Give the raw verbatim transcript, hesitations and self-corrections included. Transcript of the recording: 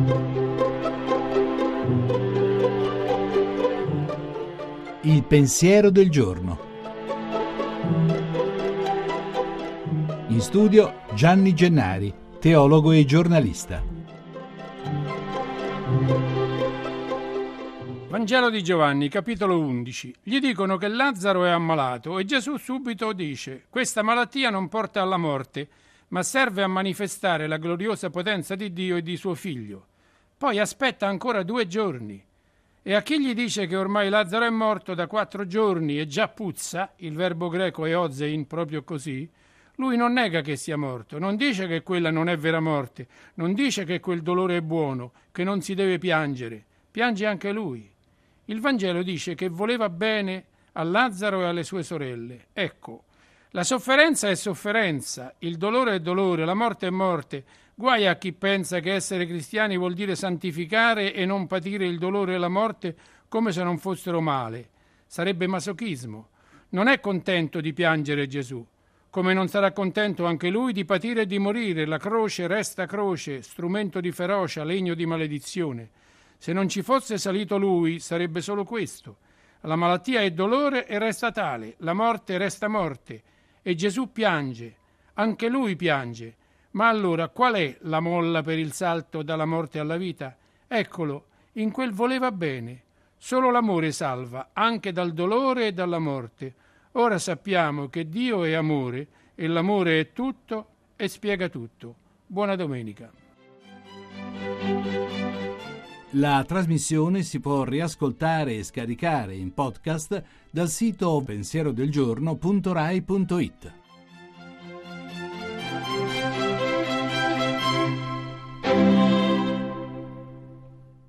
Il pensiero del giorno. In studio Gianni Gennari, teologo e giornalista. Vangelo di Giovanni, capitolo undici. Gli dicono che Lazzaro è ammalato e Gesù subito dice: questa malattia non porta alla morte, ma serve a manifestare la gloriosa potenza di Dio e di suo Figlio. Poi aspetta ancora due giorni. E a chi gli dice che ormai Lazzaro è morto da quattro giorni e già puzza, il verbo greco è ozein, proprio così, lui non nega che sia morto, non dice che quella non è vera morte, non dice che quel dolore è buono, che non si deve piangere. Piange anche lui. Il Vangelo dice che voleva bene a Lazzaro e alle sue sorelle. Ecco, la sofferenza è sofferenza, il dolore è dolore, la morte è morte. Guai a chi pensa che essere cristiani vuol dire santificare e non patire il dolore e la morte come se non fossero male. Sarebbe masochismo. Non è contento di piangere Gesù, come non sarà contento anche lui di patire e di morire. La croce resta croce, strumento di ferocia, legno di maledizione. Se non ci fosse salito lui, sarebbe solo questo. La malattia è dolore e resta tale, la morte resta morte. E Gesù piange, anche lui piange. Ma allora qual è la molla per il salto dalla morte alla vita? Eccolo, in quel voleva bene. Solo l'amore salva, anche dal dolore e dalla morte. Ora sappiamo che Dio è amore e l'amore è tutto e spiega tutto. Buona domenica. La trasmissione si può riascoltare e scaricare in podcast dal sito pensierodelgiorno punto rai punto it.